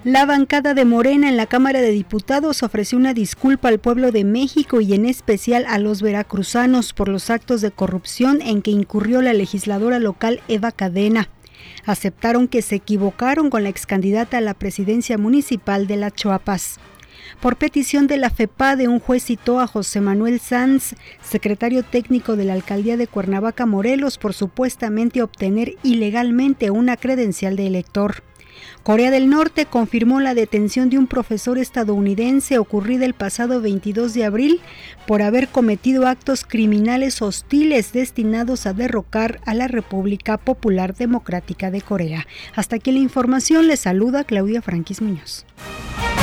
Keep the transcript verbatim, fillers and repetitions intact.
La bancada de Morena en la Cámara de Diputados ofreció una disculpa al pueblo de México y en especial a los veracruzanos por los actos de corrupción en que incurrió la legisladora local Eva Cadena. Aceptaron que se equivocaron con la excandidata a la presidencia municipal de Las Chuapas. Por petición de la FEPADE, un juez citó a José Manuel Sanz, secretario técnico de la alcaldía de Cuernavaca, Morelos, por supuestamente obtener ilegalmente una credencial de elector. Corea del Norte confirmó la detención de un profesor estadounidense ocurrida el pasado veintidós de abril por haber cometido actos criminales hostiles destinados a derrocar a la República Popular Democrática de Corea. Hasta aquí la información, les saluda Claudia Franquis Muñoz.